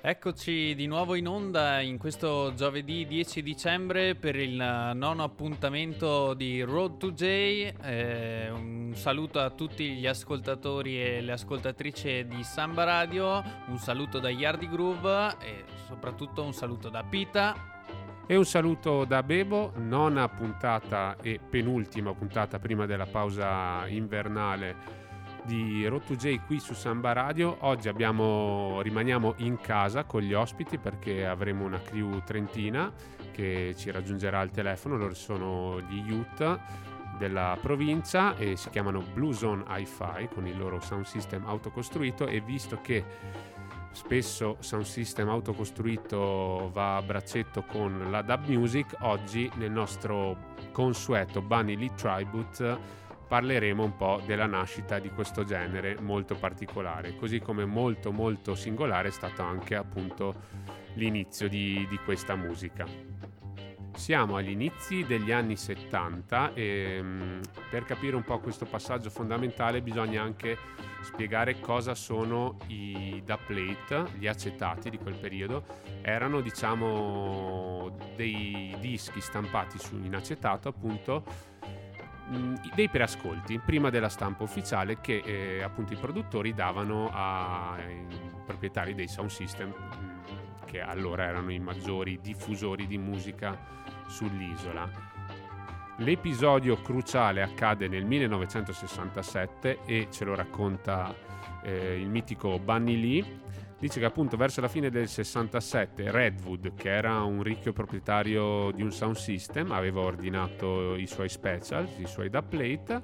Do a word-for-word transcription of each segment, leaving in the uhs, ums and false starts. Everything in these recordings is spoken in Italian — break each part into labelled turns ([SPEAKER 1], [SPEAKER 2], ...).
[SPEAKER 1] Eccoci di nuovo in onda in questo giovedì dieci dicembre per il nono appuntamento di Road to J. Eh, un saluto a tutti gli ascoltatori e le ascoltatrici di Samba Radio, un saluto da Yardi Groove e soprattutto un saluto da Pita.
[SPEAKER 2] E un saluto da Bebo, nona puntata e penultima puntata prima della pausa invernale di Road to J qui su Samba Radio. Oggi abbiamo, rimaniamo in casa con gli ospiti perché avremo una crew trentina che ci raggiungerà al telefono. Loro sono gli Youth della provincia e si chiamano Blue Zone Hi-Fi con il loro sound system autocostruito, e visto che spesso sound system autocostruito va a braccetto con la dub music, oggi nel nostro consueto Bunny Lee Tribute parleremo un po' della nascita di questo genere molto particolare, così come molto molto singolare è stato anche appunto l'inizio di, di questa musica. Siamo agli inizi degli anni settanta e mh, per capire un po' questo passaggio fondamentale bisogna anche spiegare cosa sono i dubplate, gli acetati di quel periodo. Erano, diciamo, dei dischi stampati su, in acetato, appunto, dei preascolti prima della stampa ufficiale che eh, appunto i produttori davano ai proprietari dei sound system, che allora erano i maggiori diffusori di musica sull'isola. L'episodio cruciale accade nel millenovecentosessantasette e ce lo racconta eh, il mitico Bunny Lee. Dice che appunto verso la fine del sessantasette Redwood, che era un ricchio proprietario di un sound system, aveva ordinato i suoi specials, i suoi dubplate,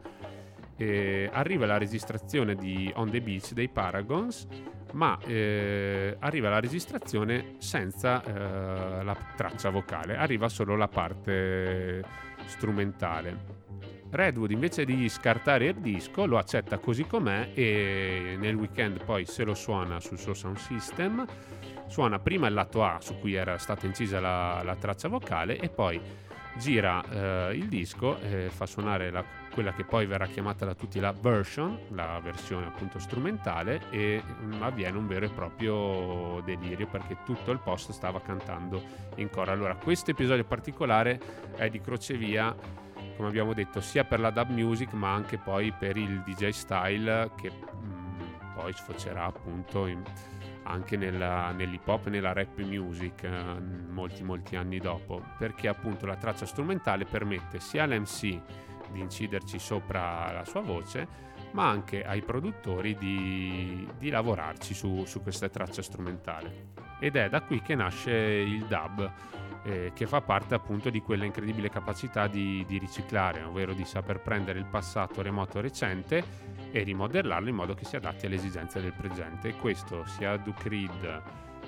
[SPEAKER 2] e arriva la registrazione di On the Beach dei Paragons, ma eh, arriva la registrazione senza eh, la traccia vocale, arriva solo la parte strumentale. Redwood, invece di scartare il disco, lo accetta così com'è e nel weekend poi se lo suona sul suo sound system. Suona prima il lato A, su cui era stata incisa la, la traccia vocale, e poi gira eh, il disco, eh, fa suonare la, quella che poi verrà chiamata da tutti la version, la versione appunto strumentale, e mh, avviene un vero e proprio delirio perché tutto il posto stava cantando in coro. Allora, questo episodio particolare è di crocevia, come abbiamo detto, sia per la dub music ma anche poi per il D J style che mh, poi sfocerà appunto in, anche nella, nell'hip hop e nella rap music eh, molti molti anni dopo, perché appunto la traccia strumentale permette sia all'M C di inciderci sopra la sua voce, ma anche ai produttori di, di lavorarci su, su questa traccia strumentale. Ed è da qui che nasce il dub, Eh, che fa parte appunto di quella incredibile capacità di, di riciclare, ovvero di saper prendere il passato remoto recente e rimodellarlo in modo che si adatti alle esigenze del presente. E questo sia Duke Reed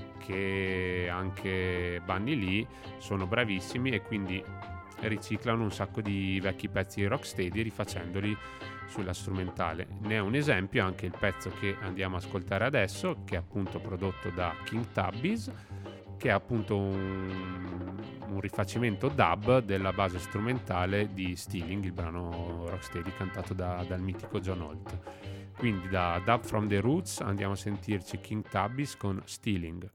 [SPEAKER 2] che anche Bunny Lee sono bravissimi, e quindi riciclano un sacco di vecchi pezzi di Rocksteady rifacendoli sulla strumentale. Ne è un esempio anche il pezzo che andiamo a ascoltare adesso, che è appunto prodotto da King Tubbies, che è appunto un, un rifacimento dub della base strumentale di Stealing, il brano Rocksteady cantato da, dal mitico John Holt. Quindi da Dub from the Roots andiamo a sentirci King Tubbies con Stealing.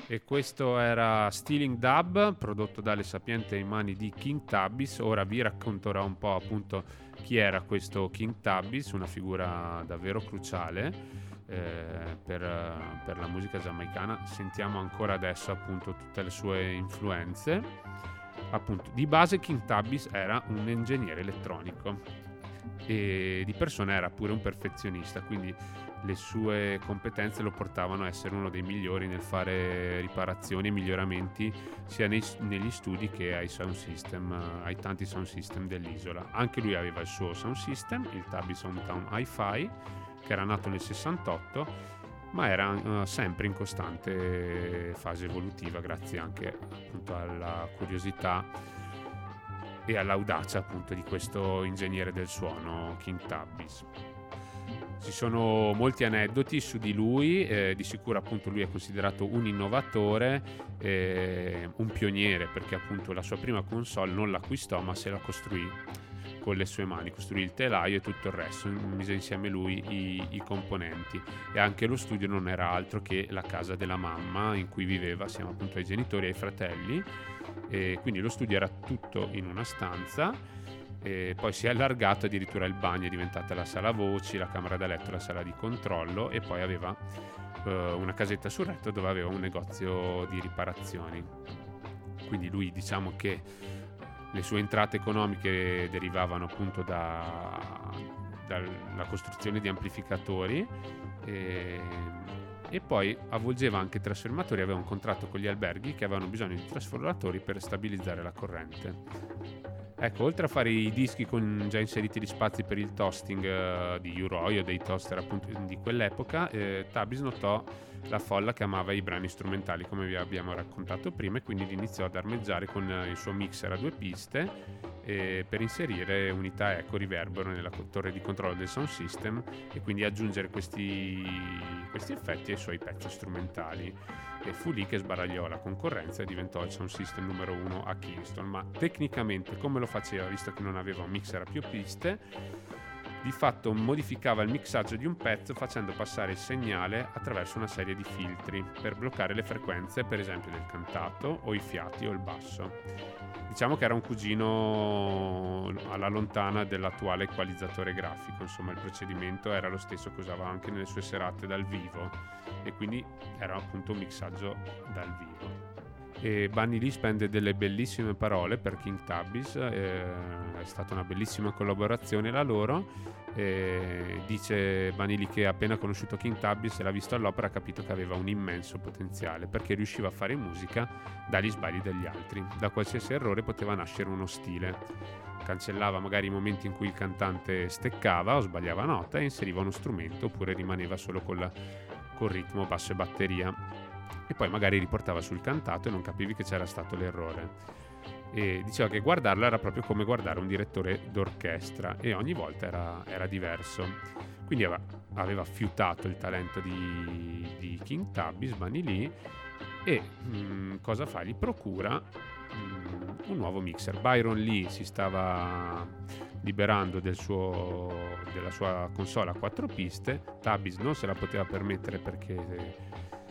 [SPEAKER 2] E questo era Stealing Dub, prodotto dalle sapienti mani di King Tubbies. Ora vi racconterò un po' appunto chi era questo King Tubbies, una figura davvero cruciale eh, per, per la musica giamaicana. Sentiamo ancora adesso appunto tutte le sue influenze. Appunto, di base King Tubbies era un ingegnere elettronico e di persona era pure un perfezionista, quindi le sue competenze lo portavano a essere uno dei migliori nel fare riparazioni e miglioramenti sia nei, negli studi che ai sound system, ai tanti sound system dell'isola. Anche lui aveva il suo sound system, il Tubbies Hometown Hi-Fi, che era nato nel sessantotto, ma era uh, sempre in costante fase evolutiva, grazie anche appunto alla curiosità e all'audacia appunto di questo ingegnere del suono King Tubbies. Ci sono molti aneddoti su di lui, eh, di sicuro appunto lui è considerato un innovatore, eh, un pioniere, perché appunto la sua prima console non l'acquistò ma se la costruì con le sue mani, costruì il telaio e tutto il resto, mise insieme lui i, i componenti, e anche lo studio non era altro che la casa della mamma in cui viveva assieme appunto ai genitori e ai fratelli, e quindi lo studio era tutto in una stanza. E poi si è allargato, addirittura il bagno è diventata la sala voci, la camera da letto la sala di controllo, e poi aveva uh, una casetta sul retto dove aveva un negozio di riparazioni. Quindi lui, diciamo che le sue entrate economiche derivavano appunto da, dalla costruzione di amplificatori e, e poi avvolgeva anche trasformatori, aveva un contratto con gli alberghi che avevano bisogno di trasformatori per stabilizzare la corrente. Ecco, oltre a fare i dischi con già inseriti gli spazi per il toasting uh, di U-Roy o dei toaster appunto di quell'epoca, eh, Tubbies notò la folla che amava i brani strumentali, come vi abbiamo raccontato prima, e quindi iniziò ad armeggiare con uh, il suo mixer a due piste eh, per inserire unità eco riverbero nella torre di controllo del sound system e quindi aggiungere questi, questi effetti ai suoi pezzi strumentali. E fu lì che sbaragliò la concorrenza e diventò il sound system numero uno a Kingston. Ma tecnicamente come lo faceva, visto che non aveva un mixer a più piste? Di fatto modificava il mixaggio di un pezzo facendo passare il segnale attraverso una serie di filtri per bloccare le frequenze, per esempio del cantato o i fiati o il basso. Diciamo che era un cugino alla lontana dell'attuale equalizzatore grafico, insomma il procedimento era lo stesso che usava anche nelle sue serate dal vivo e quindi era appunto un mixaggio dal vivo. E Bunny Lee spende delle bellissime parole per King Tubbies, eh, è stata una bellissima collaborazione la loro. Eh, dice Bunny Lee che appena conosciuto King Tubbies e l'ha visto all'opera ha capito che aveva un immenso potenziale perché riusciva a fare musica dagli sbagli degli altri, da qualsiasi errore poteva nascere uno stile, cancellava magari i momenti in cui il cantante steccava o sbagliava nota e inseriva uno strumento oppure rimaneva solo col, col ritmo basso e batteria e poi magari riportava sul cantato e non capivi che c'era stato l'errore. E diceva che guardarlo era proprio come guardare un direttore d'orchestra e ogni volta era, era diverso. Quindi aveva, aveva fiutato il talento di, di King Tubbies, Bunny Lee, e mh, cosa fa? Gli procura mh, un nuovo mixer. Byron Lee si stava liberando del suo, della sua console a quattro piste. Tubbies non se la poteva permettere perché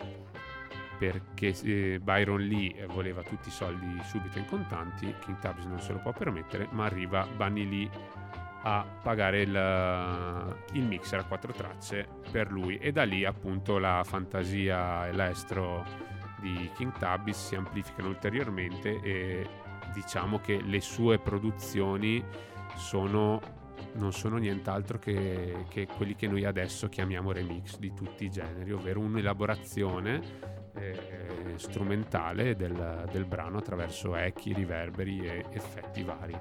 [SPEAKER 2] perché eh, Byron Lee voleva tutti i soldi subito in contanti, King Tubbies non se lo può permettere, ma arriva Bunny Lee a pagare il, il mixer a quattro tracce per lui e da lì appunto la fantasia e l'estro di King Tubbies si amplificano ulteriormente e diciamo che le sue produzioni sono non sono nient'altro che, che quelli che noi adesso chiamiamo remix di tutti i generi, ovvero un'elaborazione eh, strumentale del, del brano attraverso echi, riverberi e effetti vari.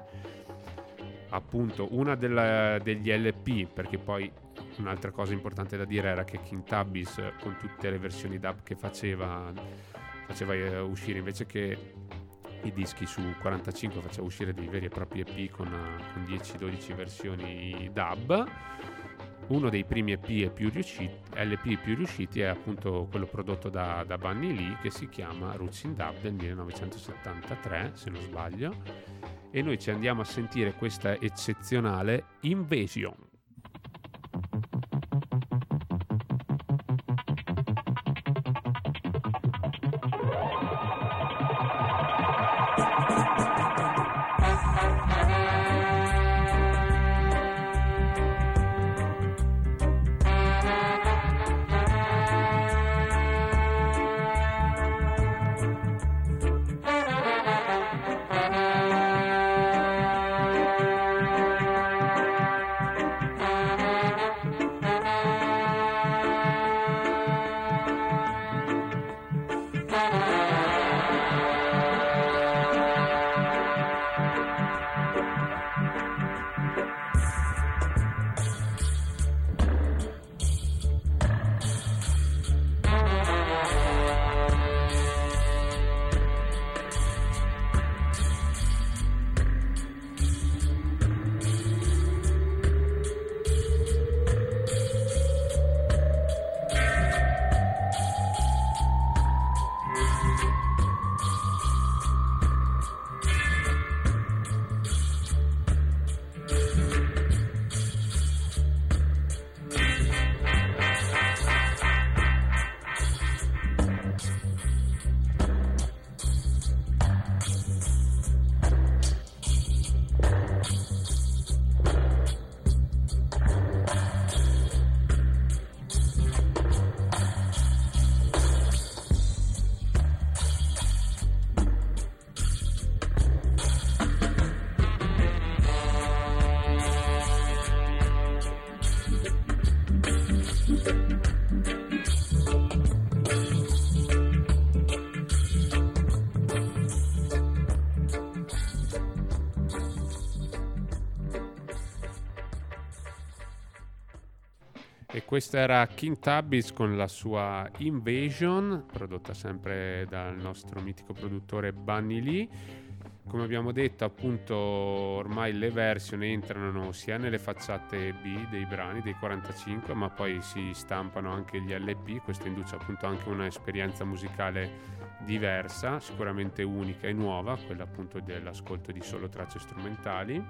[SPEAKER 2] Appunto una della, degli L P, perché poi un'altra cosa importante da dire era che King Tubbies con tutte le versioni dub che faceva faceva uscire invece che i dischi su quarantacinque faceva uscire dei veri e propri E P con, con dieci dodici versioni dub. Uno dei primi E P e più riusciti, L P più riusciti è appunto quello prodotto da, da Bunny Lee che si chiama Roots in Dub del millenovecentosettantatré se non sbaglio e noi ci andiamo a sentire questa eccezionale Invasion. E questa era King Tubby's con la sua Invasion, prodotta sempre dal nostro mitico produttore Bunny Lee. Come abbiamo detto, appunto, ormai le version entrano sia nelle facciate B dei brani, dei quarantacinque, ma poi si stampano anche gli L P. Questo induce appunto anche un'esperienza musicale diversa, sicuramente unica e nuova, quella appunto dell'ascolto di solo tracce strumentali.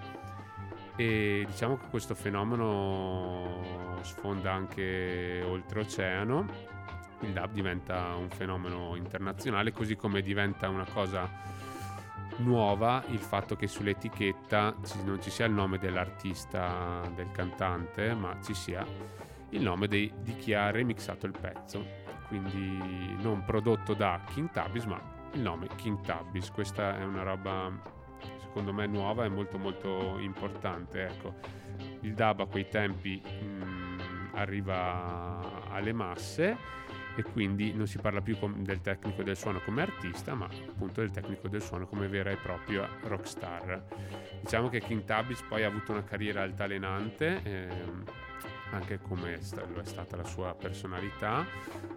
[SPEAKER 2] E diciamo che questo fenomeno sfonda anche oltreoceano. Il dub diventa un fenomeno internazionale, così come diventa una cosa nuova il fatto che sull'etichetta non ci sia il nome dell'artista, del cantante, ma ci sia il nome dei, di chi ha remixato il pezzo, quindi non prodotto da King Tubby's ma il nome King Tubby's. Questa è una roba secondo me nuova e molto molto importante. Ecco, il dub a quei tempi mh, arriva alle masse e quindi non si parla più com- del tecnico del suono come artista, ma appunto del tecnico del suono come vera e propria rockstar. Diciamo che King Tubby's poi ha avuto una carriera altalenante, ehm, anche come lo è stata la sua personalità,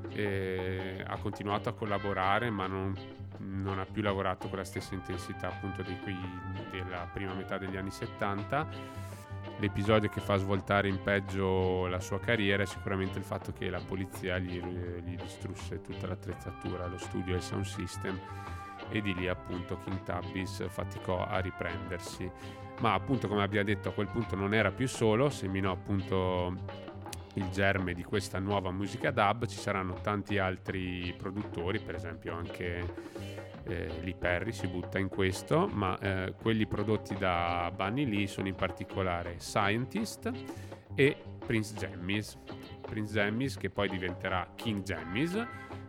[SPEAKER 2] e ha continuato a collaborare, ma non, non ha più lavorato con la stessa intensità appunto di qui, della prima metà degli anni settanta. L'episodio che fa svoltare in peggio la sua carriera è sicuramente il fatto che la polizia gli, gli distrusse tutta l'attrezzatura, lo studio e il sound system, e di lì appunto King Tubby's faticò a riprendersi. Ma appunto, come abbiamo detto, a quel punto non era più solo, seminò appunto il germe di questa nuova musica dub. Ci saranno tanti altri produttori, per esempio anche eh, Lee Perry si butta in questo, ma eh, quelli prodotti da Bunny Lee sono in particolare Scientist e Prince Jammies. Prince Jammies che poi diventerà King Jammies,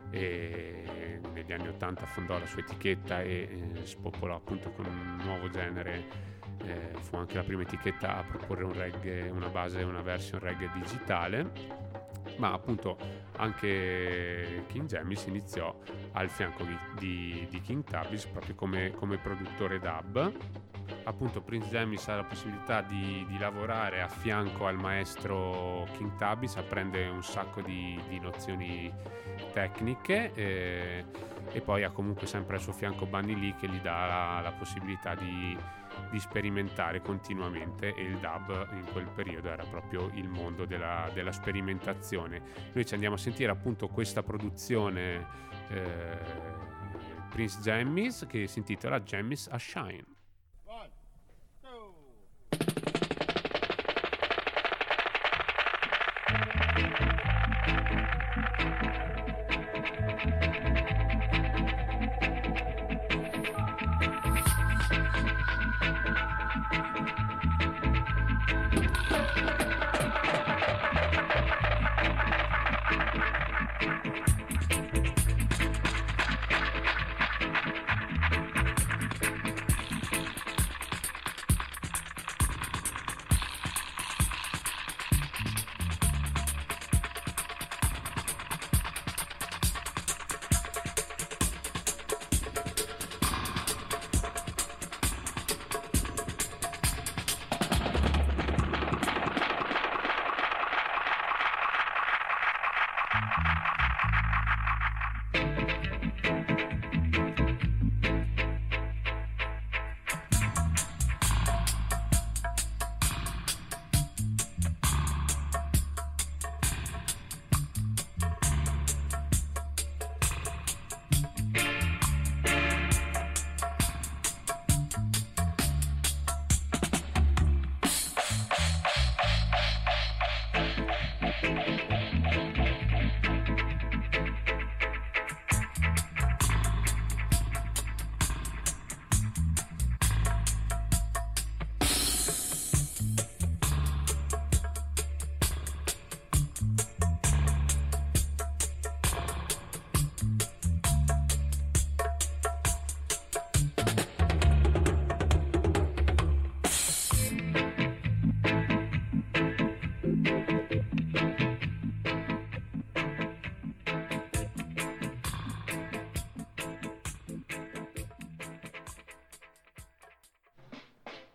[SPEAKER 2] e negli anni ottanta fondò la sua etichetta e eh, spopolò appunto con un nuovo genere. Eh, fu anche la prima etichetta a proporre un reggae, una base, una version reggae digitale, ma appunto anche King Jammies iniziò al fianco di, di, di King Tubby's proprio come, come produttore dub. Appunto Prince Jammies ha la possibilità di, di lavorare a fianco al maestro King Tubby's, apprende un sacco di, di nozioni tecniche, eh, e poi ha comunque sempre al suo fianco Bunny Lee che gli dà la, la possibilità di di sperimentare continuamente, e il dub in quel periodo era proprio il mondo della, della sperimentazione. Noi ci andiamo a sentire appunto questa produzione eh, Prince Jammies, che si intitola Jammies a Shine. One, two.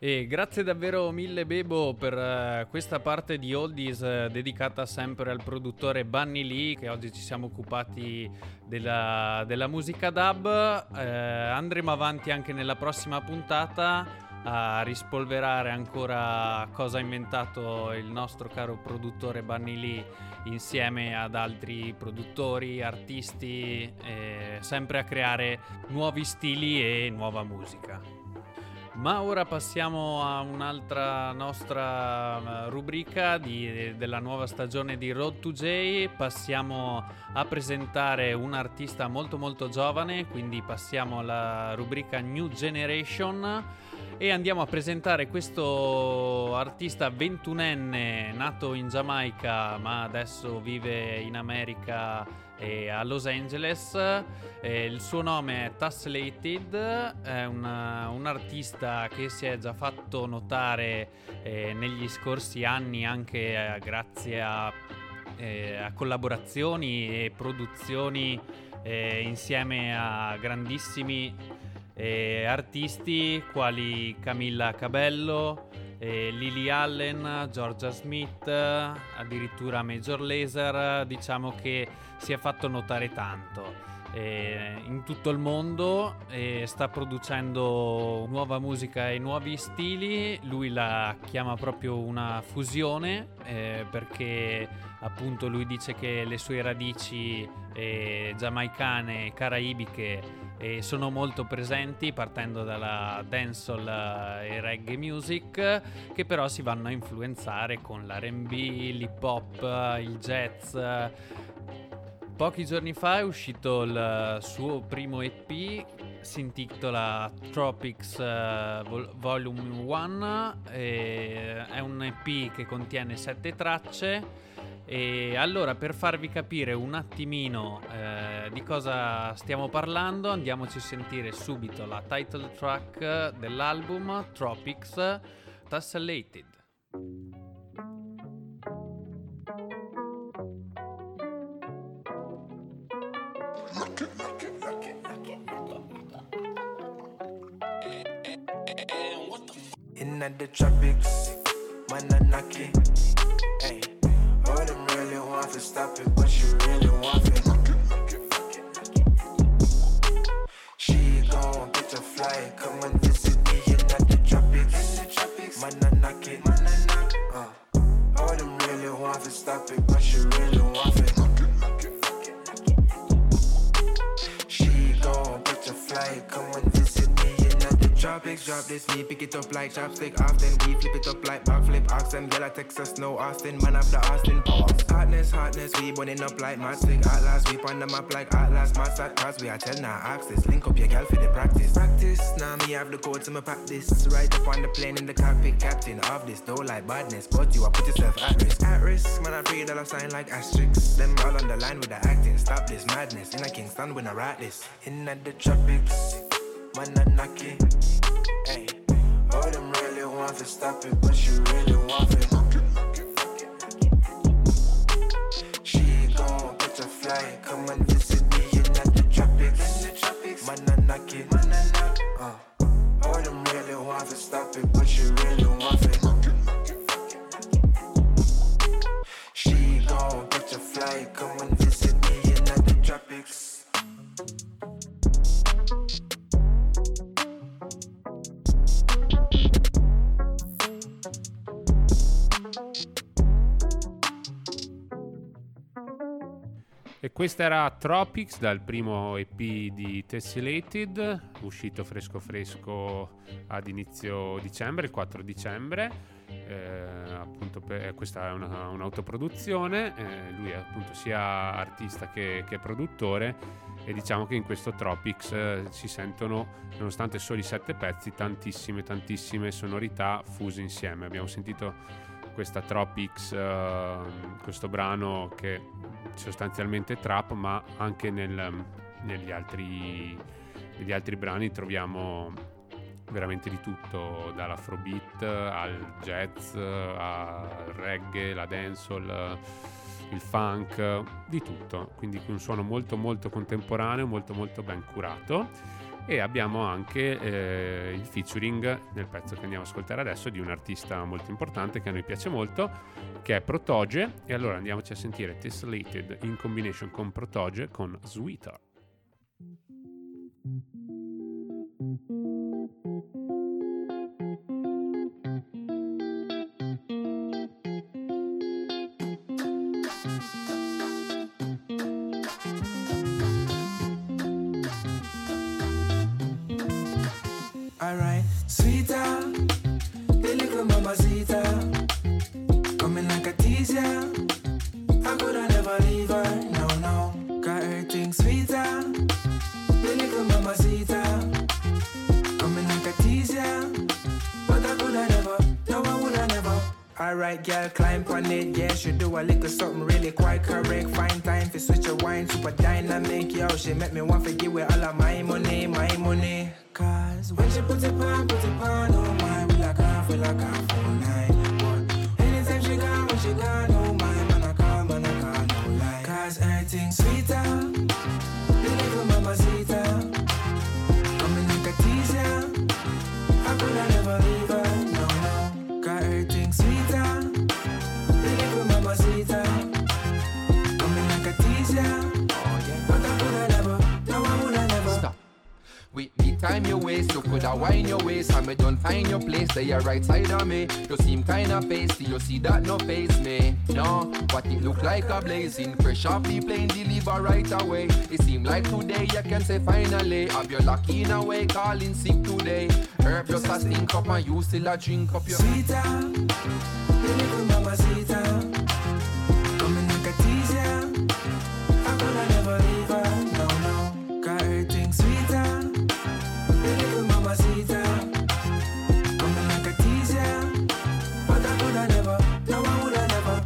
[SPEAKER 1] E grazie davvero mille Bebo per uh, questa parte di Oldies uh, dedicata sempre al produttore Bunny Lee, che oggi ci siamo occupati della, della musica dub. Uh, andremo avanti anche nella prossima puntata a rispolverare ancora cosa ha inventato il nostro caro produttore Bunny Lee insieme ad altri produttori, artisti, eh, sempre a creare nuovi stili e nuova musica. Ma ora passiamo a un'altra nostra rubrica di, della nuova stagione di Road to J. Passiamo a presentare un artista molto molto giovane, quindi passiamo alla rubrica New Generation e andiamo a presentare questo artista ventunenne nato in Giamaica ma adesso vive in America e a Los Angeles. Eh, il suo nome è Tasslated, è una, un artista che si è già fatto notare eh, negli scorsi anni anche eh, grazie a, eh, a collaborazioni e produzioni eh, insieme a grandissimi eh, artisti quali Camilla Cabello, eh, Lily Allen, Georgia Smith, addirittura Major Lazer. Diciamo che si è fatto notare tanto eh, in tutto il mondo e sta producendo nuova musica e nuovi stili. Lui la chiama proprio una fusione eh, perché appunto lui dice che le sue radici eh, giamaicane e caraibiche e sono molto presenti partendo dalla dancehall e reggae music, che però si vanno a influenzare con l'R and B, l'hip hop, il jazz. Pochi giorni fa è uscito il suo primo E P, si intitola Tropics uh, Vol- Volume uno, e è un E P che contiene sette tracce. E allora, per farvi capire un attimino eh, di cosa stiamo parlando, andiamoci a sentire subito la title track dell'album Tropics, Tasslated.
[SPEAKER 3] In the tropics, man, I knock it. Hey, oh, them really want to stop it, but you really want it. She gon' get a flight, come and visit me in the tropics. Man, I knock it. Uh, oh, them really want to stop it, but you really want it. She gon' get a flight, come and visit me in the tropics. Drop this, we pick it up like chopstick. Often we flip it up like backflip. Ask them, girl, Texas, no Austin. Man of the Austin power. Hotness, hotness, we burning up like matchstick. Atlas, we on the map like Atlas. Master cause we are tell now access. Link up your girl for the practice. Practice, now me have the code to my practice. Right up on the plane in the cockpit, captain of this. Don't like badness, but you are put yourself at risk. At risk, man, I pray dollar sign like asterisks. Them all on the line with the acting. Stop this madness. In a Kingston, when I write this. In the tropics, man, I knock it. Hey, oh, them really want to stop it, but you really want it. She gon' catch a flight, come and visit me in the tropics. Man, I knock it. Uh, oh, them really want to stop it, but you really want it. She gon' catch a flight, come and visit me in the tropics.
[SPEAKER 2] E questa era Tropics dal primo E P di Tasslated, uscito fresco fresco ad inizio dicembre, il quattro dicembre. Eh, appunto per, questa è una, un'autoproduzione, eh, lui è appunto sia artista che, che produttore, e diciamo che in questo Tropics eh, si sentono, nonostante soli sette pezzi, tantissime tantissime sonorità fuse insieme. Abbiamo sentito questa Tropics, uh, questo brano che sostanzialmente trap, ma anche nel, negli altri negli altri brani troviamo veramente di tutto, dall'afrobeat al jazz al reggae, la dancehall, il funk, di tutto, quindi un suono molto molto contemporaneo, molto molto ben curato. e abbiamo anche eh, il featuring nel pezzo che andiamo a ascoltare adesso di un artista molto importante che a noi piace molto, che è Protoje, e allora andiamoci a sentire Tessellated in combination con Protoje con Sweeter.
[SPEAKER 3] Alright, sweeter, the little mamacita, coming like a teaser. I coulda never leave her, no, no. Got her thing sweeter, the little mamacita, coming like a teaser. But I coulda never, no, I woulda never. Alright, girl, climb on it, yeah, she do a little something really quite correct. Fine time for switch your wine, super dynamic, yo. She make me want to give away all of my money, my money. Cause when she put it on, put it on, oh my, we like half, we like half all night. But anytime she gone, when she gone, oh my, man I call, man I call, no lie. Cause everything sweeter, the little mamacita, coming like a teaser. I coulda never leave her, no, no. Got everything sweeter, the little mamacita, coming like a teaser. But I coulda never, no, I woulda never. Stop. With the time you waste, you coulda wind your waist, and me don't find your place. They are right side of me. You seem kinda pasty, you see that no face me. No, but it look like a blazing fresh off the plane, deliver right away. It seem like today you can say finally have your lucky in a way, calling sick today. Herb just a stink up and you still a drink up your sweeter, the little mamacita, coming like a teaser. I coulda never leave her, no, no. Got her thing sweeter, the little mamacita, coming like a teaser. But I coulda never, no, I woulda never.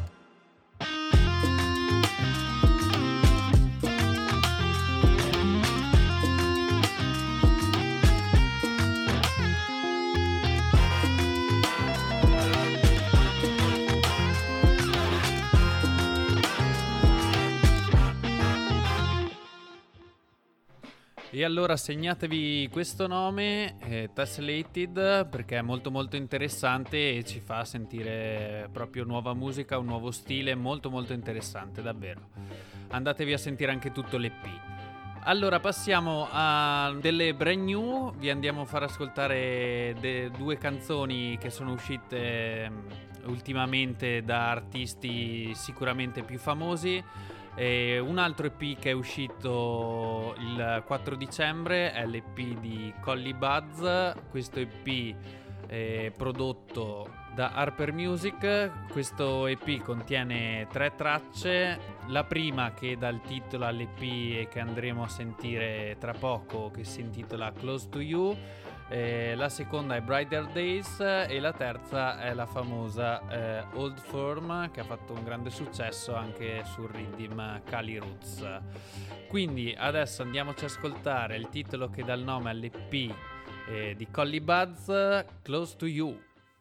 [SPEAKER 1] E allora segnatevi questo nome, eh, Tessellated, perché è molto molto interessante e ci fa sentire proprio nuova musica, un nuovo stile molto molto interessante, davvero. Andatevi a sentire anche tutto l'E P. Allora passiamo a delle brand new, vi andiamo a far ascoltare de- due canzoni che sono uscite um, ultimamente da artisti sicuramente più famosi. E un altro E P che è uscito il quattro dicembre è l'E P di Collie Buddz. Questo E P è prodotto da Harper Music. Questo E P contiene tre tracce. La prima, che dà il titolo all'E P e che andremo a sentire tra poco, che si intitola Close to You. Eh, la seconda è Brighter Days e la terza è la famosa eh, Old Firm, che ha fatto un grande successo anche sul riddim Cali Roots. Quindi adesso andiamoci ad ascoltare il titolo che dà il nome all'E P eh, di Collie Buddz, Close to You.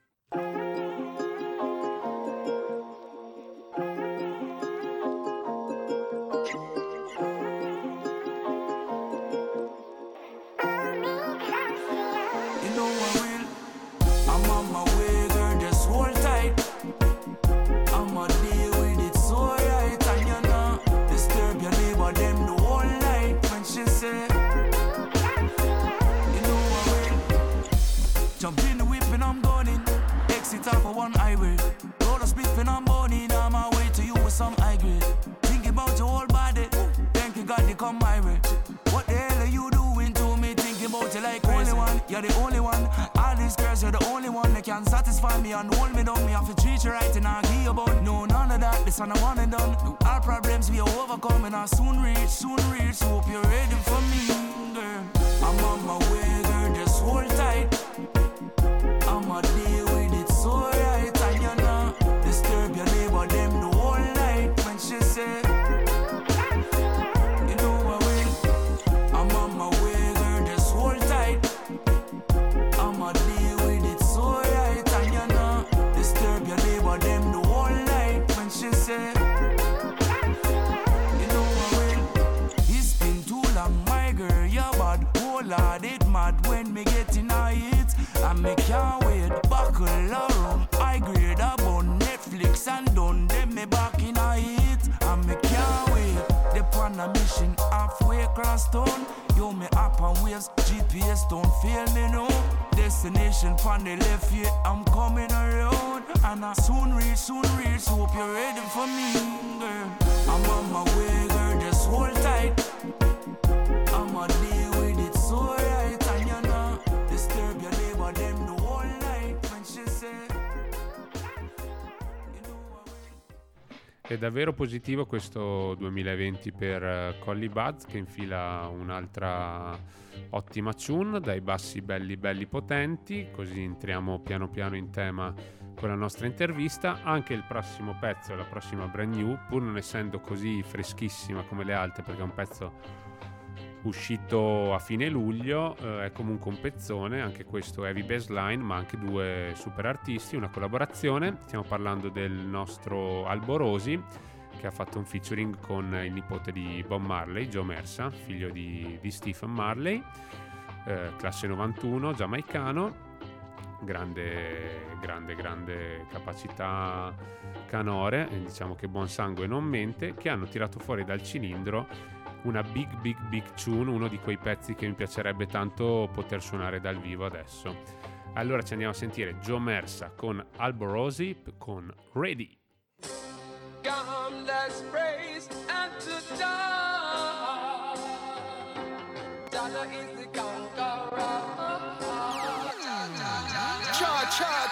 [SPEAKER 3] And I want it done. All problems we are overcoming. I soon reach, soon reach. Hope you're ready for me, girl. I'm on my way, girl. Just hold tight. I'ma deal with it so right. And you know, disturb your neighbor them the whole night. When she said, you know I will. I'm on my way, girl. Just hold tight. I'ma deal with it so right. And you know, disturb your neighbor them the whole night. She said, you know I will. It's been too long, my girl, you're bad. Oh Lord, on a mission, halfway across town. Yo, me up on waves, G P S don't fail me no. Destination on the left, yeah, I'm coming around. And I soon reach, soon reach, hope you're ready for me, girl. I'm on my way, girl, just hold tight. I'ma deal with it so right. And you know, disturb your neighbor, them the whole night. When she said, you know what I...
[SPEAKER 2] È davvero positivo questo duemilaventi per Collie Buddz, che infila un'altra ottima tune dai bassi belli belli potenti, così entriamo piano piano in tema con la nostra intervista. Anche il prossimo pezzo, la prossima brand new, pur non essendo così freschissima come le altre, perché è un pezzo uscito a fine luglio, eh, è comunque un pezzone, anche questo heavy bassline, ma anche due super artisti, una collaborazione. Stiamo parlando del nostro Alborosi, che ha fatto un featuring con il nipote di Bob Marley, Joe Mersa, figlio di, di Stephen Marley, eh, classe novantuno, giamaicano, grande, grande, grande capacità canore, e diciamo che buon sangue non mente, che hanno tirato fuori dal cilindro una big, big, big tune, uno di quei pezzi che mi piacerebbe tanto poter suonare dal vivo adesso. Allora ci andiamo a sentire Joe Mersa con Alborosi con Ready.
[SPEAKER 4] Come, let's praise and to die. Dada is the conqueror.
[SPEAKER 5] Cha cha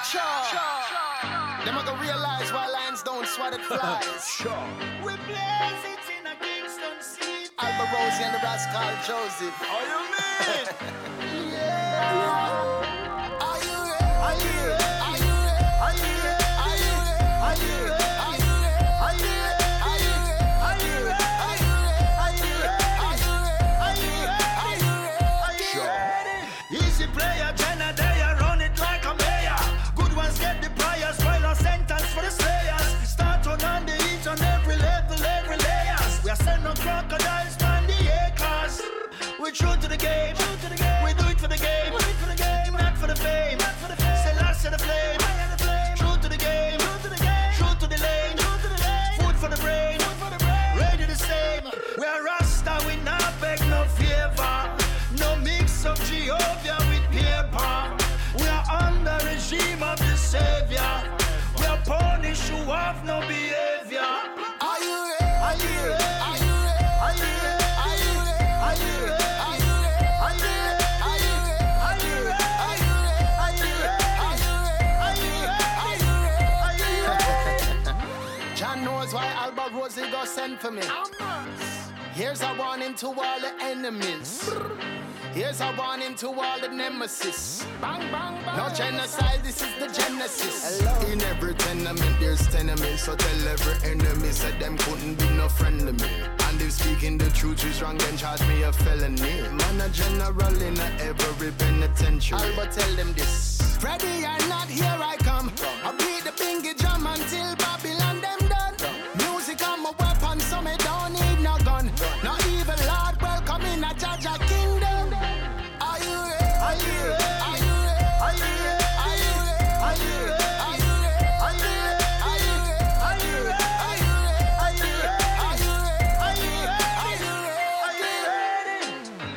[SPEAKER 5] cha. Them are gonna realize why lions don't swat at flies.
[SPEAKER 6] We blaze it in a Kingston City.
[SPEAKER 5] Alborosi and the Rascal Joseph.
[SPEAKER 6] How you mean?
[SPEAKER 5] Yeah. Are you ready?
[SPEAKER 6] Are you ready?
[SPEAKER 5] Are you ready?
[SPEAKER 6] Are you ready?
[SPEAKER 5] Are you ready?
[SPEAKER 6] Are you ready?
[SPEAKER 5] Are you ready?
[SPEAKER 6] Are you ready?
[SPEAKER 5] Are you ready?
[SPEAKER 6] Are you ready?
[SPEAKER 5] Are you ready?
[SPEAKER 6] Are you ready?
[SPEAKER 5] Are you ready?
[SPEAKER 6] Are you ready?
[SPEAKER 5] Are you ready?
[SPEAKER 6] Are you ready? Easy player, Jenna, they run it like a mayor. Good ones get the priors, while a sentence for the slayers. Start on on the each and every level, every layers. We are sending crocodiles on the acres. We're true to the game, true to the game. We do it for the game, we do it for the game, not for the fame, not for the fame. Say last in the flame, the flame. True to the game, true to the game, true to the lane, true to the lane. Food for the brain, food for the brain. Ready the same. We are Rasta, we not beg no favor. No mix of Jehovah with paper. We are under regime of the Savior. We are punished who have no behavior.
[SPEAKER 5] Are you ready?
[SPEAKER 6] Are you ready?
[SPEAKER 5] Are you ready?
[SPEAKER 6] Are you ready?
[SPEAKER 5] Are you ready?
[SPEAKER 6] Are you ready?
[SPEAKER 5] Are you ready?
[SPEAKER 6] Are you ready?
[SPEAKER 5] Are you ready?
[SPEAKER 6] Are you ready?
[SPEAKER 5] Are you ready?
[SPEAKER 6] Are you ready?
[SPEAKER 5] Are you ready?
[SPEAKER 6] Are you ready?
[SPEAKER 5] Are you ready?
[SPEAKER 6] Are you ready?
[SPEAKER 5] John knows why Alborosi go send for me. Here's a warning to all the enemies. Here's a warning to all the nemesis. Bang, bang, bang. No genocide, this is the genesis. Hello. In every tenement there's tenements. So tell every enemy said them couldn't be no friend to me. And if speaking the truth is wrong, then charge me a felony. Man a general in a every penitentiary. Albert tell them this. Ready or not, here I come. I beat the bingy drum until Babylon them done. Music on my weapon, so me don't need no gun. No evil Lord, welcome in a Jaja kingdom. Are you ready?
[SPEAKER 6] Are you ready?
[SPEAKER 5] Are you ready?
[SPEAKER 6] Are you ready?
[SPEAKER 5] Are you ready?
[SPEAKER 6] Are you ready?
[SPEAKER 5] Are you ready?
[SPEAKER 6] Are you ready?
[SPEAKER 5] Are you ready?
[SPEAKER 6] Are you ready?
[SPEAKER 5] Are you ready?
[SPEAKER 6] Are you ready?
[SPEAKER 5] Are you ready?
[SPEAKER 6] Are you ready?
[SPEAKER 5] Are you ready?
[SPEAKER 6] Are you ready?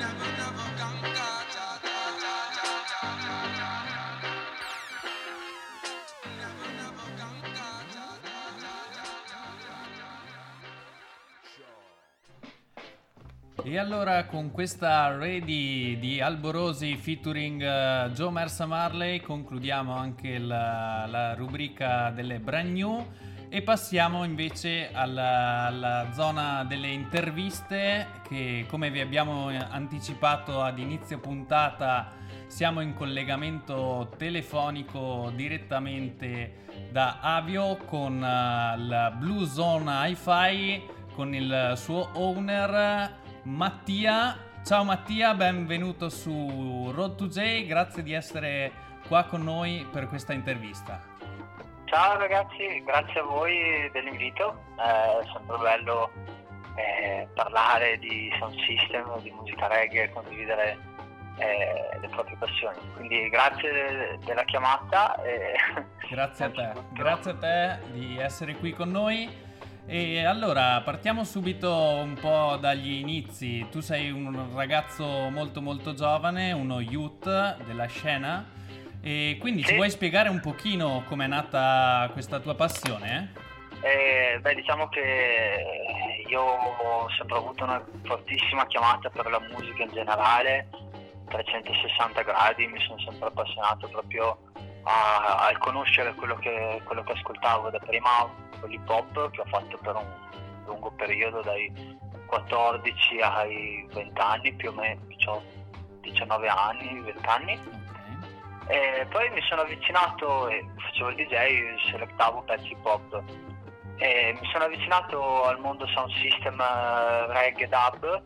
[SPEAKER 1] E allora con questa Ready di Alborosi featuring uh, Joe Mersa Marley concludiamo anche la, la rubrica delle brand new e passiamo invece alla, alla zona delle interviste, che come vi abbiamo anticipato ad inizio puntata siamo in collegamento telefonico direttamente da Avio con uh, la Blue Zone Hi-Fi, con il suo owner Mattia. Ciao Mattia, benvenuto su Road to J, grazie di essere qua con noi per questa intervista.
[SPEAKER 7] Ciao ragazzi, grazie a voi dell'invito, è sempre bello eh, parlare di sound system, di musica reggae, condividere eh, le proprie passioni, quindi grazie della chiamata. E
[SPEAKER 1] grazie a te, grazie a te di essere qui con noi. E allora partiamo subito un po' dagli inizi. Tu sei un ragazzo molto molto giovane, uno youth della scena, e quindi
[SPEAKER 7] Sì.
[SPEAKER 1] ci vuoi spiegare un pochino com'è nata questa tua passione?
[SPEAKER 7] Eh, beh, diciamo che io ho sempre avuto una fortissima chiamata per la musica in generale, trecentosessanta gradi, mi sono sempre appassionato proprio a, al conoscere quello che, quello che ascoltavo, da prima l'hip hop che ho fatto per un lungo periodo, dai quattordici ai venti anni, più o meno, ho diciannove anni, venti anni.
[SPEAKER 1] Ok.
[SPEAKER 7] E poi mi sono avvicinato e facevo il D J, selectavo pezzi hip hop. E mi sono avvicinato al mondo sound system, eh, reggae, dub,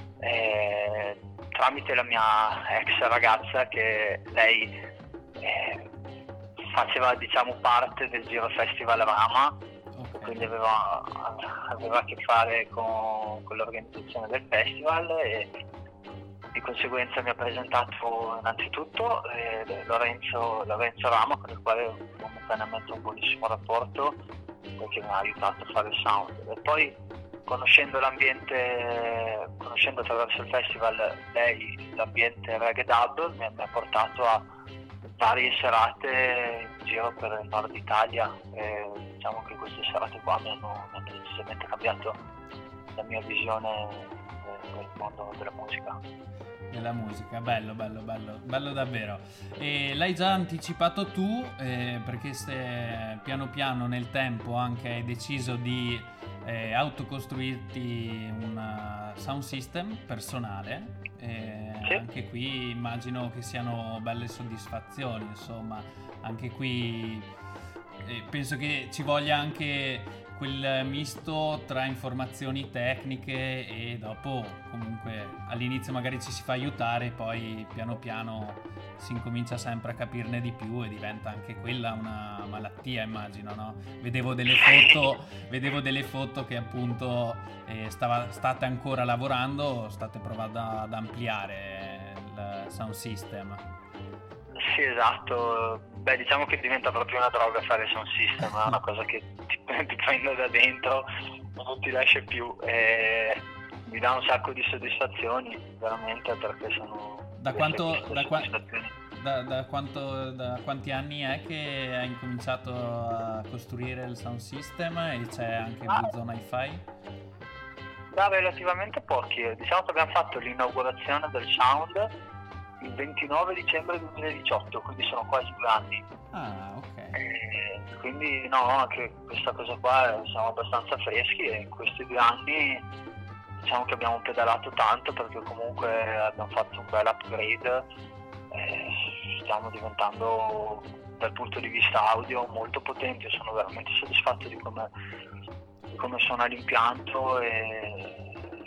[SPEAKER 7] eh, tramite la mia ex ragazza, che lei eh, faceva, diciamo, parte del Giro Festival Rama,
[SPEAKER 1] Ok.
[SPEAKER 7] quindi aveva, aveva a che fare con, con l'organizzazione del festival, e di conseguenza mi ha presentato innanzitutto eh, Lorenzo, Lorenzo Rama, con il quale ho momentaneamente un buonissimo rapporto, perché mi ha aiutato a fare il sound. E poi, conoscendo l'ambiente, conoscendo attraverso il festival lei l'ambiente reggae dub, mi ha, mi ha portato a varie serate in giro per il nord Italia, e diciamo che queste serate qua mi hanno, mi hanno decisamente cambiato la mia visione del, del mondo della musica.
[SPEAKER 1] Della musica, bello, bello, bello, bello davvero. E l'hai già anticipato tu, eh, perché se piano piano nel tempo anche hai deciso di eh, autocostruirti un sound system personale. Eh,
[SPEAKER 7] Sì.
[SPEAKER 1] Anche qui immagino che siano belle soddisfazioni, insomma, anche qui eh, penso che ci voglia anche quel misto tra informazioni tecniche e dopo comunque all'inizio magari ci si fa aiutare, poi piano piano si incomincia sempre a capirne di più e diventa anche quella una malattia, immagino, no? Vedevo delle foto, vedevo delle foto che appunto eh, stava, state ancora lavorando, state provando ad ampliare il sound system.
[SPEAKER 7] Sì, esatto. Beh, diciamo che diventa proprio una droga fare sound system, è una cosa che ti, ti prende da dentro, non ti lascia più, e mi dà un sacco di soddisfazioni, veramente, perché sono
[SPEAKER 1] Da quanto,
[SPEAKER 7] queste
[SPEAKER 1] da, qua-
[SPEAKER 7] soddisfazioni.
[SPEAKER 1] da, da quanto, da quanti anni è che hai incominciato a costruire il sound system e c'è anche Blue Zone Hi-Fi?
[SPEAKER 7] Da relativamente pochi, diciamo che abbiamo fatto l'inaugurazione del sound il ventinove dicembre duemiladiciotto, quindi sono quasi due anni.
[SPEAKER 1] Ah, ok.
[SPEAKER 7] E quindi no, anche questa cosa qua siamo abbastanza freschi, e in questi due anni diciamo che abbiamo pedalato tanto, perché comunque abbiamo fatto un bel upgrade, e stiamo diventando dal punto di vista audio molto potenti. Sono veramente soddisfatto di come, di come suona l'impianto e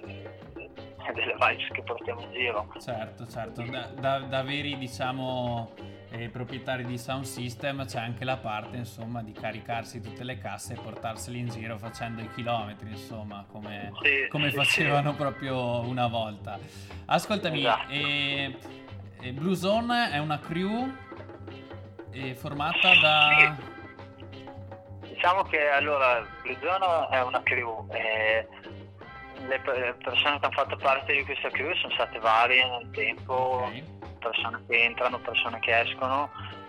[SPEAKER 7] e delle vibes che portiamo in giro.
[SPEAKER 1] Certo, certo. Da, da, da veri, diciamo, eh, proprietari di sound system c'è anche la parte, insomma, di caricarsi tutte le casse e portarseli in giro facendo i chilometri, insomma, come,
[SPEAKER 7] Sì,
[SPEAKER 1] come
[SPEAKER 7] sì,
[SPEAKER 1] facevano
[SPEAKER 7] sì.
[SPEAKER 1] proprio una volta. Ascoltami,
[SPEAKER 7] Esatto.
[SPEAKER 1] eh, eh, Blue Zone è una crew eh, formata da...
[SPEAKER 7] Sì. Diciamo che allora Blue Zone è una crew, e le pe- persone che hanno fatto parte di questa crew sono state varie nel tempo,
[SPEAKER 1] Ok.
[SPEAKER 7] persone che entrano, persone che escono.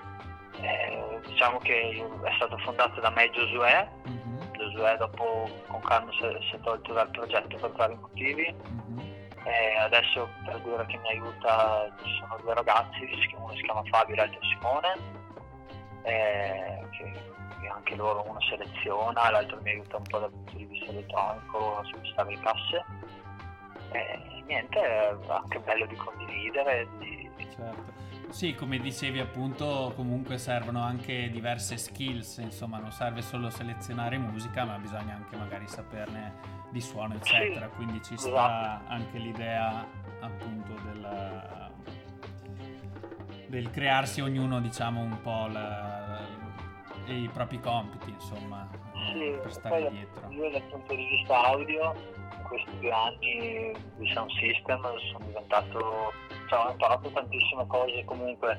[SPEAKER 7] Eh, diciamo che è stato fondato da me e Giosuè.
[SPEAKER 1] Mhm,
[SPEAKER 7] Giosuè dopo con Carlo si è, si è tolto dal progetto per vari motivi,
[SPEAKER 1] mhm.
[SPEAKER 7] e adesso, per dire che mi aiuta, ci sono due ragazzi, uno si chiama Fabio e l'altro Simone, eh, che che anche loro, uno seleziona, l'altro mi aiuta un po' dal punto di vista elettronico a spostare le casse. E niente, è anche bello di condividere, di...
[SPEAKER 1] Certo. Sì, come dicevi appunto, comunque servono anche diverse skills, insomma, non serve solo selezionare musica, ma bisogna anche magari saperne di suono, eccetera.
[SPEAKER 7] Sì,
[SPEAKER 1] Quindi ci
[SPEAKER 7] esatto.
[SPEAKER 1] sta anche l'idea appunto del, del crearsi ognuno, diciamo, un po' la, i propri compiti, insomma, eh,
[SPEAKER 7] Sì,
[SPEAKER 1] per stare
[SPEAKER 7] poi
[SPEAKER 1] dietro.
[SPEAKER 7] io dal punto di vista audio, in questi due anni di sound system sono diventato, cioè ho imparato tantissime cose comunque,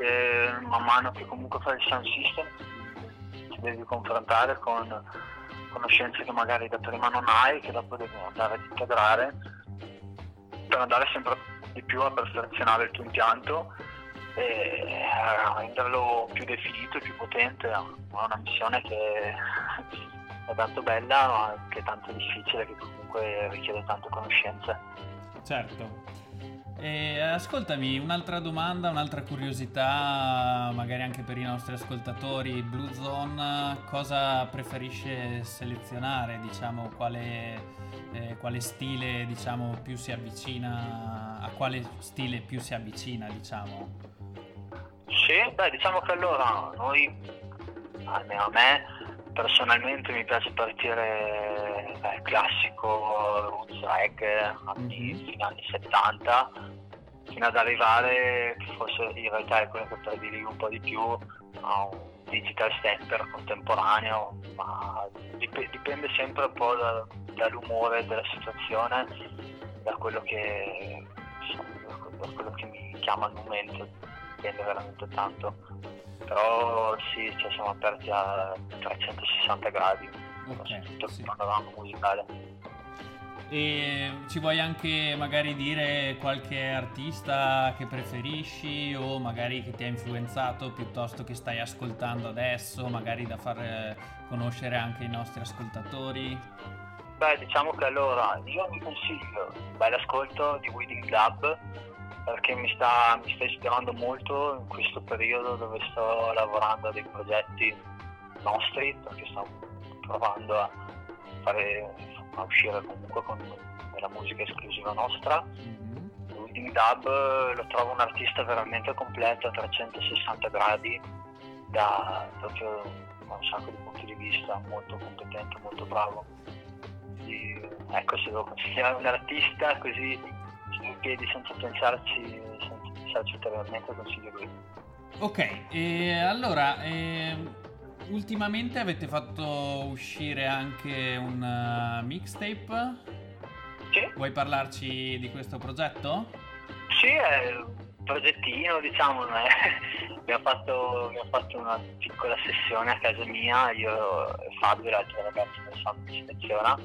[SPEAKER 7] perché man mano che comunque fai il sound system ti devi confrontare con conoscenze che magari da prima non hai, che dopo devi andare ad integrare per andare sempre di più a perfezionare il tuo impianto e a renderlo più definito, più potente. È una missione che è tanto bella ma anche tanto difficile, che comunque richiede tante conoscenze.
[SPEAKER 1] Certo. E ascoltami, un'altra domanda, un'altra curiosità, magari anche per i nostri ascoltatori. Blue Zone cosa preferisce selezionare? Diciamo, quale, eh, quale stile, diciamo, più si avvicina, a quale stile più si avvicina, diciamo?
[SPEAKER 7] Sì, beh, diciamo che allora noi, almeno a me, personalmente mi piace partire dal classico roots reggae anni,
[SPEAKER 1] Mm-hmm.
[SPEAKER 7] fino agli anni settanta, fino ad arrivare, forse in realtà è quello che prediligo un po' di più, a un digital stepper contemporaneo, ma dip- dipende sempre un po' da, dall'umore della situazione, da quello che, da quello che mi chiama al momento, dipende veramente tanto. Però sì, cioè siamo aperti a trecentosessanta gradi,
[SPEAKER 1] Ok,
[SPEAKER 7] tutto
[SPEAKER 1] sì.
[SPEAKER 7] il panorama musicale.
[SPEAKER 1] E ci vuoi anche magari dire qualche artista che preferisci o magari che ti ha influenzato piuttosto che stai ascoltando adesso, magari da far eh, conoscere anche i nostri ascoltatori?
[SPEAKER 7] Beh, diciamo che allora io vi consiglio un bel ascolto di Weeding Lab, perché mi sta, mi sta ispirando molto in questo periodo dove sto lavorando a dei progetti nostri, perché sto provando a fare, a uscire comunque con della musica esclusiva nostra.
[SPEAKER 1] Mhm.
[SPEAKER 7] Weeding Dub lo trovo un artista veramente completo a trecentosessanta gradi, da proprio da un sacco di punti di vista, molto competente, molto bravo. Quindi, ecco, se devo consigliare un artista così in piedi senza pensarci, senza pensarci ulteriormente, consiglio lui.
[SPEAKER 1] Ok, e allora, eh, ultimamente avete fatto uscire anche un uh, mixtape?
[SPEAKER 7] Sì,
[SPEAKER 1] Vuoi parlarci di questo progetto?
[SPEAKER 7] sì, è un progettino, diciamo, non è... abbiamo, fatto, abbiamo fatto una piccola sessione a casa mia, io e Fabio, l'altro ragazzo del sound che seleziona.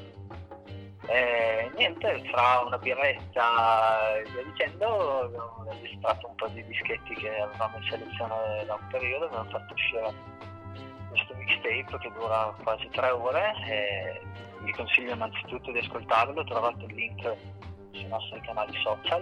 [SPEAKER 7] E niente, fra una birretta e via dicendo abbiamo registrato un po' di dischetti che avevamo in selezione da un periodo, abbiamo fatto uscire questo mixtape che dura quasi tre ore e vi consiglio innanzitutto di ascoltarlo. Trovate il link sui nostri canali social.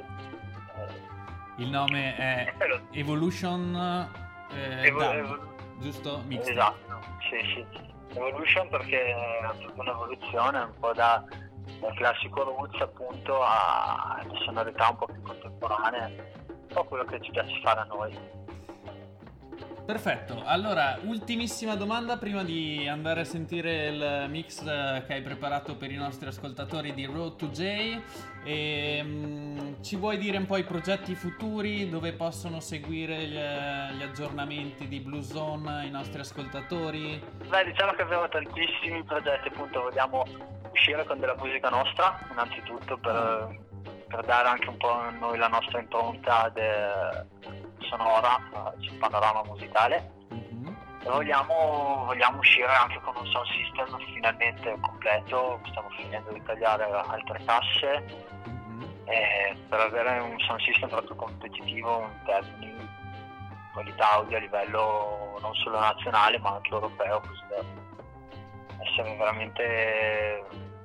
[SPEAKER 1] Il nome è
[SPEAKER 7] Eh,
[SPEAKER 1] Evolution eh,
[SPEAKER 7] Evo-
[SPEAKER 1] Dub,
[SPEAKER 7] Evo-
[SPEAKER 1] giusto? Mixtape.
[SPEAKER 7] Esatto, sì, sì. Evolution perché è proprio un'evoluzione un po' da, dal classico roots appunto a a sonorità un po' più contemporanee, un po' quello che ci piace fare a noi.
[SPEAKER 1] Perfetto, allora ultimissima domanda prima di andare a sentire il mix eh, che hai preparato per i nostri ascoltatori di Road to J. E, mm, ci vuoi dire un po' i progetti futuri, dove possono seguire gli, eh, gli aggiornamenti di Blue Zone i nostri ascoltatori?
[SPEAKER 7] Beh, diciamo che abbiamo tantissimi progetti, appunto vogliamo uscire con della musica nostra innanzitutto per, per dare anche un po' noi la nostra impronta de- sonora eh, sul panorama musicale.
[SPEAKER 1] Mhm.
[SPEAKER 7] E vogliamo, vogliamo uscire anche con un sound system finalmente completo, stiamo finendo di tagliare altre casse
[SPEAKER 1] Mhm.
[SPEAKER 7] eh, per avere un sound system proprio competitivo in termini di qualità audio a livello non solo nazionale ma anche europeo, così da essere veramente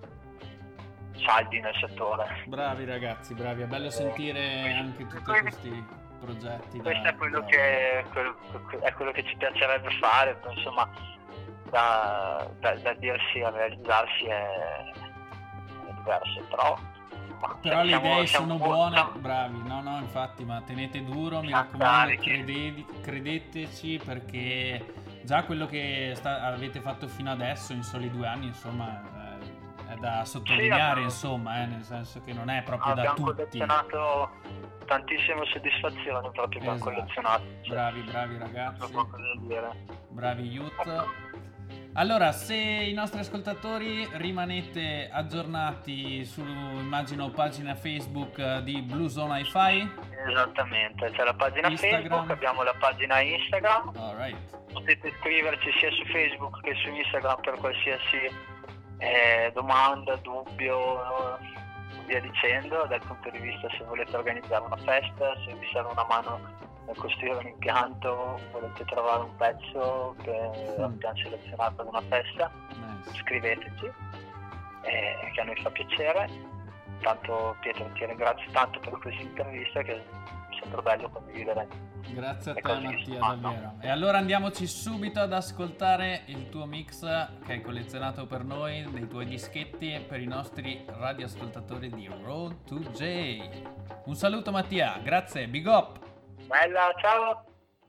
[SPEAKER 7] saldi nel settore.
[SPEAKER 1] Bravi ragazzi, bravi, è bello sentire anche tutti questi progetti.
[SPEAKER 7] Questo
[SPEAKER 1] da-
[SPEAKER 7] è quello
[SPEAKER 1] da-
[SPEAKER 7] che, quello- è quello che ci piacerebbe fare, però, insomma, da, da, da dirsi a realizzarsi è, è diverso, però... ma
[SPEAKER 1] Però le
[SPEAKER 7] siamo-
[SPEAKER 1] idee
[SPEAKER 7] siamo
[SPEAKER 1] sono
[SPEAKER 7] bu-
[SPEAKER 1] buone,
[SPEAKER 7] siamo-
[SPEAKER 1] bravi, no no infatti, ma tenete duro, mi
[SPEAKER 7] Siamo
[SPEAKER 1] raccomando,
[SPEAKER 7] carichi.
[SPEAKER 1] crede- credeteci, perché già quello che sta- avete fatto fino adesso in soli due anni, insomma, eh, è da sottolineare,
[SPEAKER 7] abbiamo-
[SPEAKER 1] insomma, eh, nel senso che non è proprio da
[SPEAKER 7] abbiamo
[SPEAKER 1] tutti.
[SPEAKER 7] collezionato tantissime soddisfazioni proprio abbiamo
[SPEAKER 1] Esatto.
[SPEAKER 7] collezionato. Cioè,
[SPEAKER 1] Bravi, bravi
[SPEAKER 7] non
[SPEAKER 1] ragazzi,
[SPEAKER 7] so cosa dire.
[SPEAKER 1] bravi youth. Allora, se i nostri ascoltatori rimanete aggiornati su, immagino, pagina Facebook di Blue Zone Hi-Fi.
[SPEAKER 7] Esattamente, c'è la pagina
[SPEAKER 1] Instagram.
[SPEAKER 7] Facebook, abbiamo la pagina Instagram.
[SPEAKER 1] Alright.
[SPEAKER 7] Potete iscriverci sia su Facebook che su Instagram per qualsiasi eh, domanda, dubbio, via dicendo, dal punto di vista se volete organizzare una festa, se vi serve una mano nel costruire un impianto, volete trovare un pezzo che
[SPEAKER 1] Mm.
[SPEAKER 7] abbiamo selezionato ad una festa,
[SPEAKER 1] Nice.
[SPEAKER 7] scriveteci, eh, che a noi fa piacere. Tanto Pietro ti ringrazio tanto per questa intervista, che è sempre bello condividere.
[SPEAKER 1] Grazie a
[SPEAKER 7] Le
[SPEAKER 1] te
[SPEAKER 7] cose che
[SPEAKER 1] Mattia,
[SPEAKER 7] si fanno.
[SPEAKER 1] davvero. E allora andiamoci subito ad ascoltare il tuo mix che hai collezionato per noi, dei tuoi dischetti per i nostri radioascoltatori di Road to J. Un saluto Mattia, grazie, big up!
[SPEAKER 7] Bella, ciao!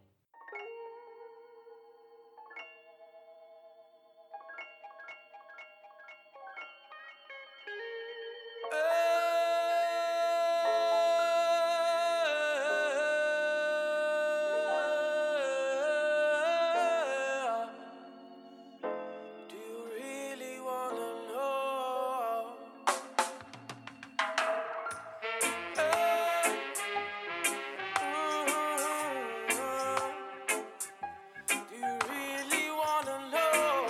[SPEAKER 8] Do you really wanna know? Do you really wanna know?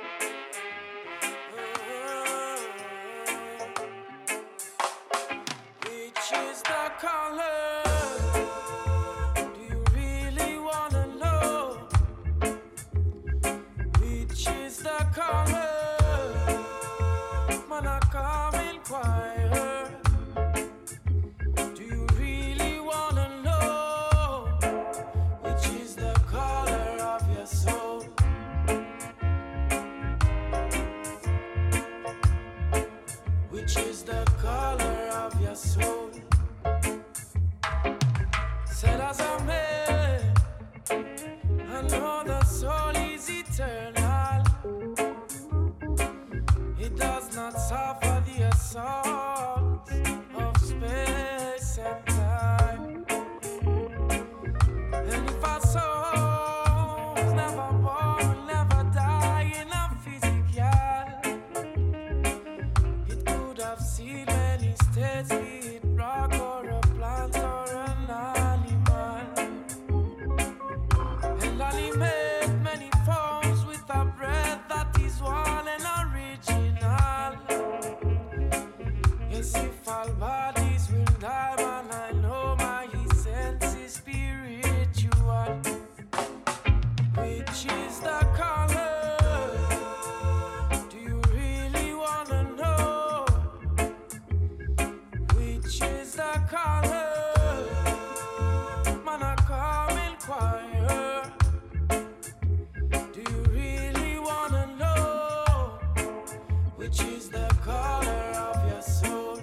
[SPEAKER 8] Which is the color? Do you really wanna know? Which is the color? Man, I come inquire. Do you really wanna know? Which is the color of your soul? Which is the color of your soul? Said as a man, I know the soul is eternal. It does not suffer the assault of space and time. And if our souls never born, will never die in a physical, it could have seen many states, be it rock or a plant or an animal. And animate many forms with a breath that is one and original. Yes, if all bodies will die, man, I know my essence is spiritual. Which is the color? Do you really wanna know? Which is the color? Man, I come inquire. Do you really wanna know? Which is the color of your soul?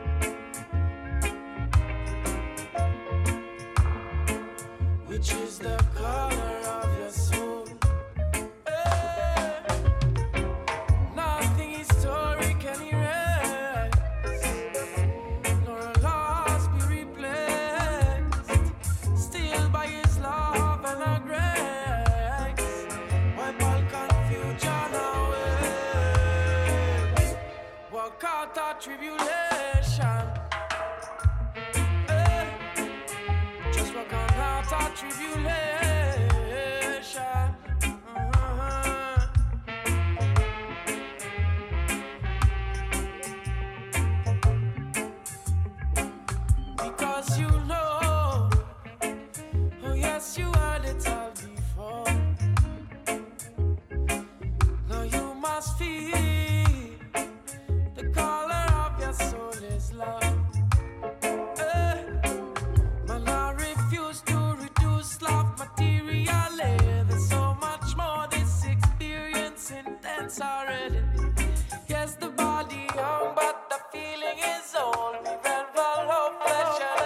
[SPEAKER 8] Which is the color of your soul? Eh, nothing historic can erase, nor a loss be replaced. Still by His love and a grace, wipe all confusion away. Walk out of tribulation. Eh, just walk on out of tribulation. Uh-huh. Because you know, oh yes, you heard it all before. Now you must feel the color of your soul is love. Eh, man, I refuse to reduce love materially. There's so much more. This experience intense already. Yes, the body young, but the feeling is old. We revel of flesh and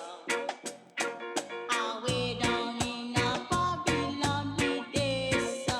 [SPEAKER 9] Away down in a Babylon with this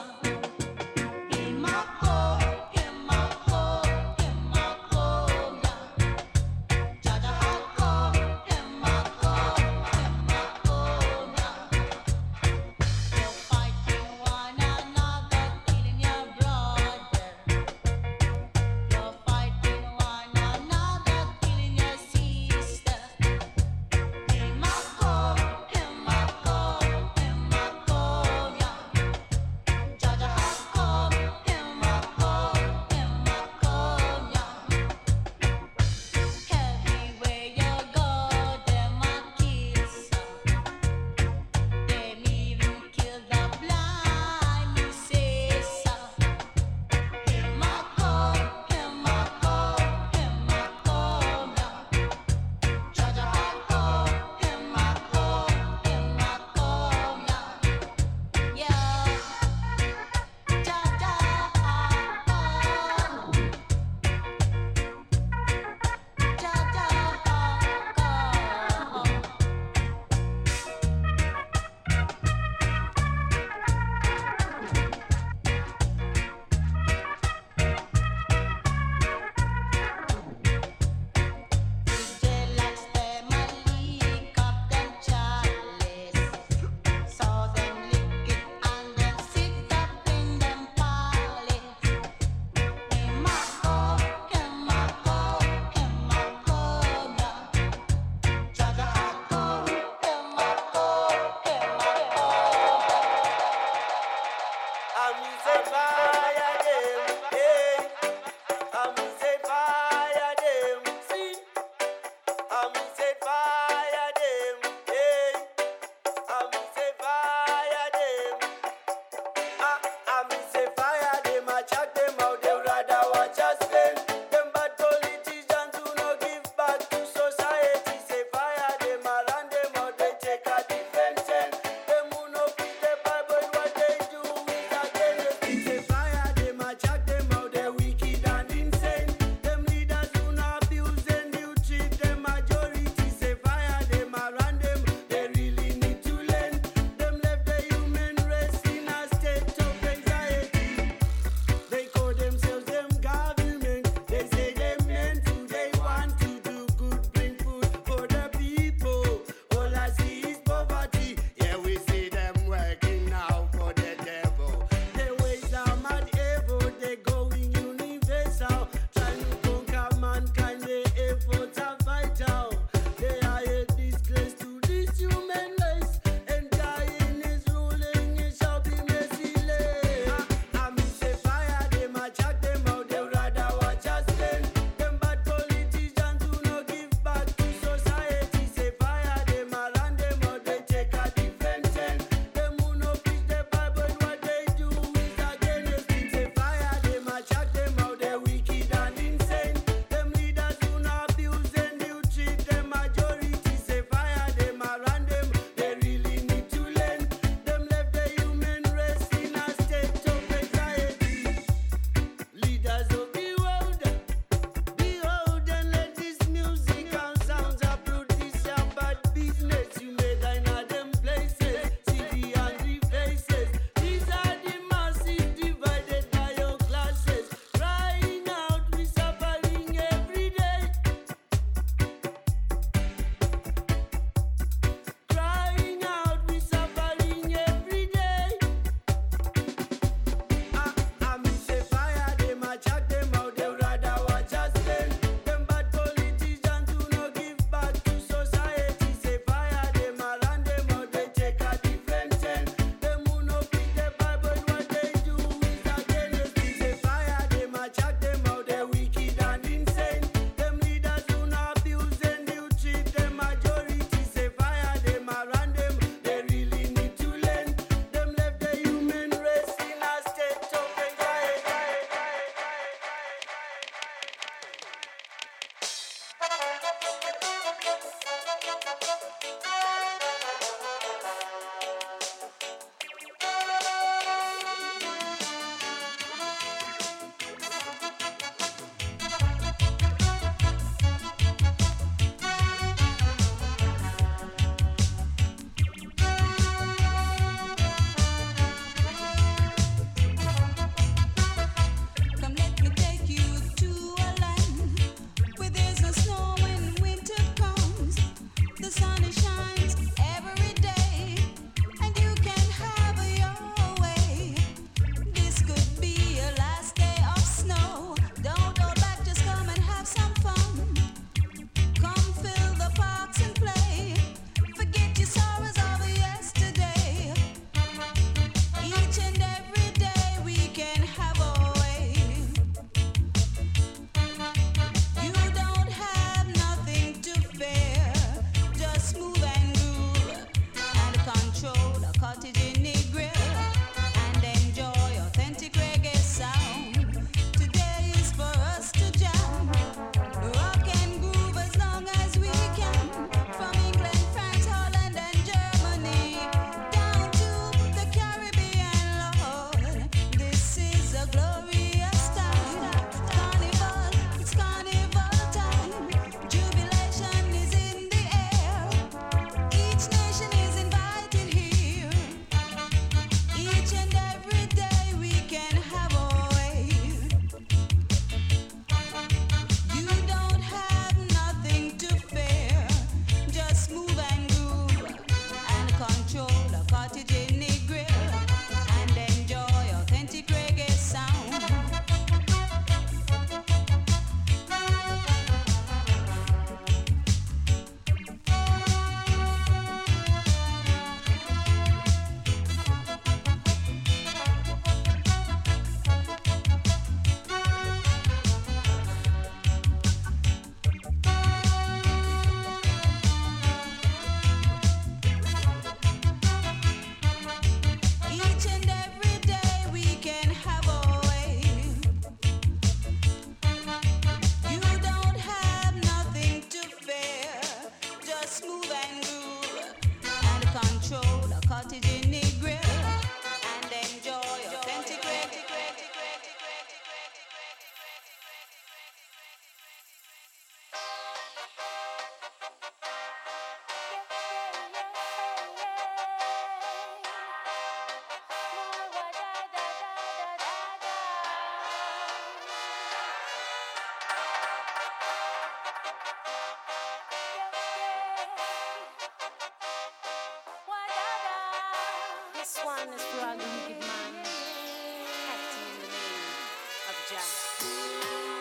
[SPEAKER 9] one is for all the wicked man acting in the name of Jah.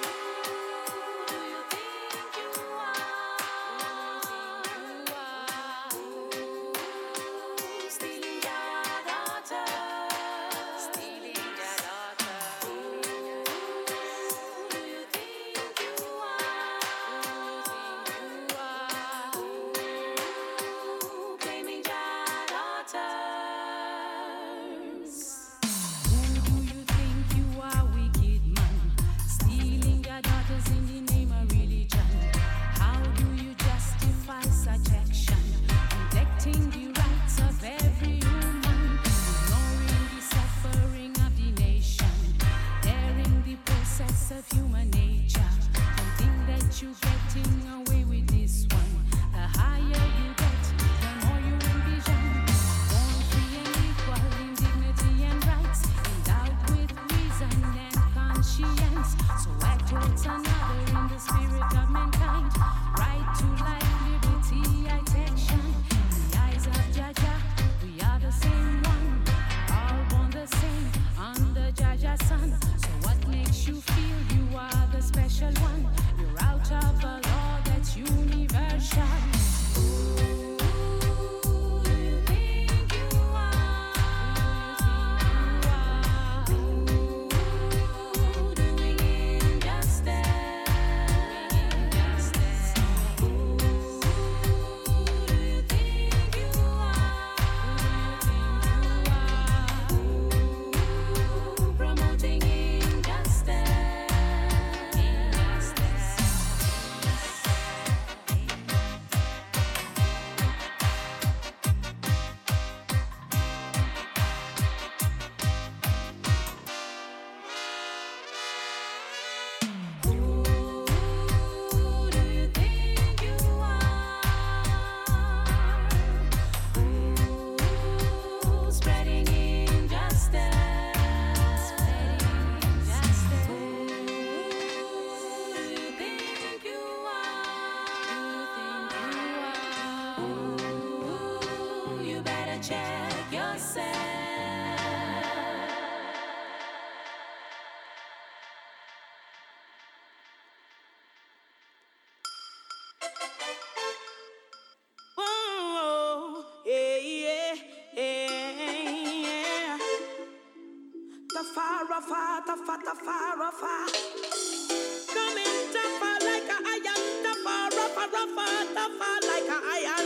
[SPEAKER 10] Tafa, tafa, tafa, rafa. Coming tafa like a iron, tafa, rafa, rafa, tafa like a iron.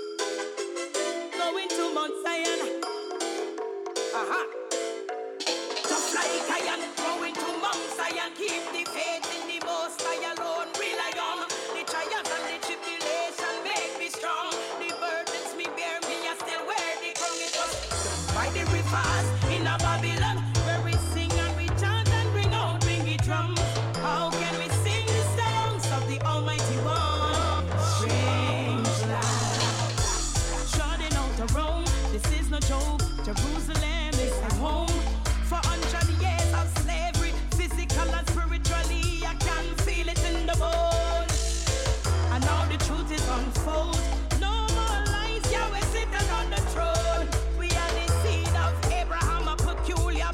[SPEAKER 10] Going to Mount Zion. Aha. Tough like iron, going to Mount Zion. Keep the faith in the Most High alone. Rely on the trials and the tribulation. Make me strong. The burdens me bear, me I still wear the crown. It was by the rivers in a Babylon. How can we sing the songs of the Almighty One? Strange life. Trotting out to Rome, this is no joke. Jerusalem is at home. For hundred years of slavery, physical and spiritually, I can feel it in the bones. And now the truth is unfold. No more lies, Yahweh sitting on the throne. We are the seed of Abraham, a peculiar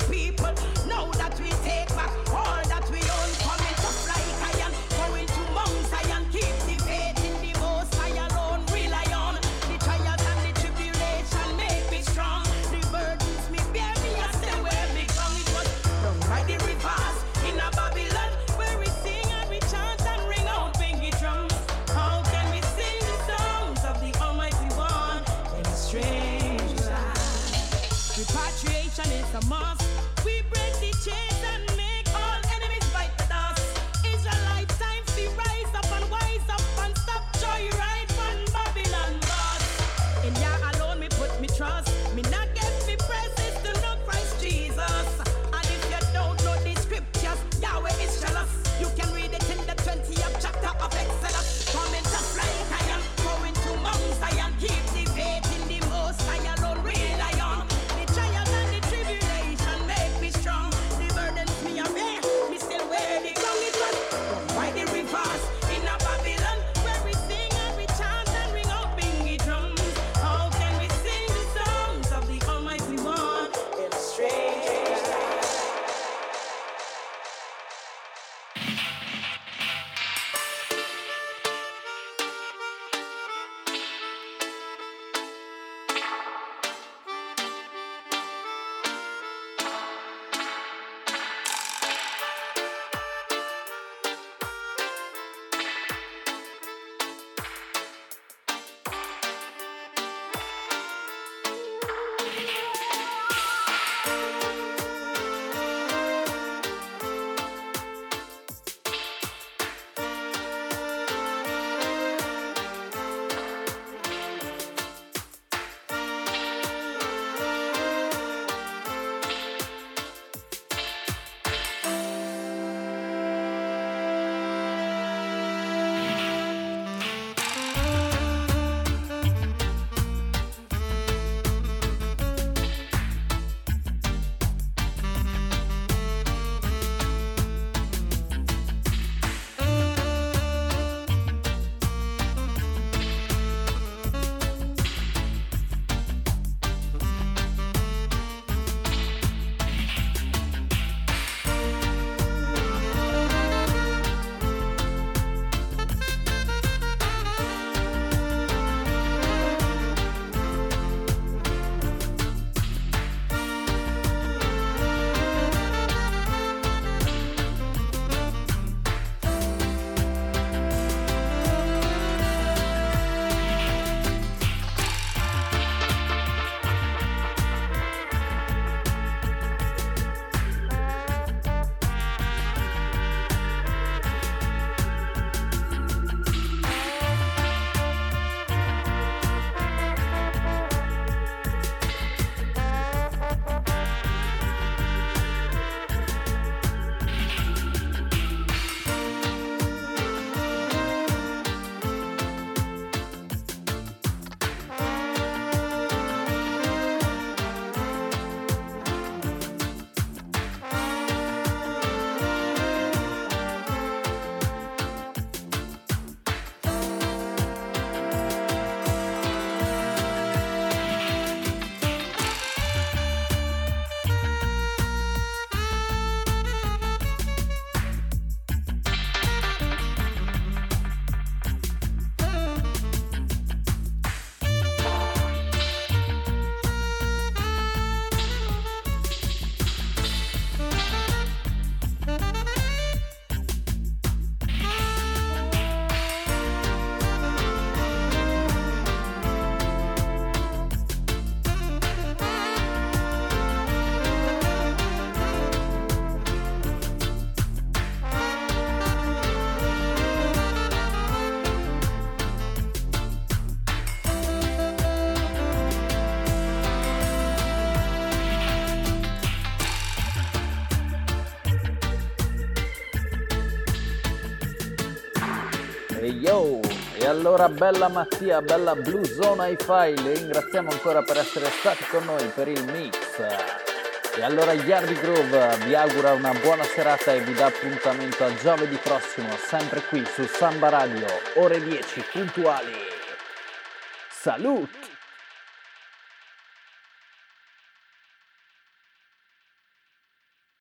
[SPEAKER 11] E yo! E allora bella Mattia, bella Blue Zone Hi-Fi, li ringraziamo ancora per essere stati con noi per il mix. E allora Yardi Groove vi augura una buona serata e vi dà appuntamento a giovedì prossimo, sempre qui su Samba Radio, ore dieci puntuali. Salut!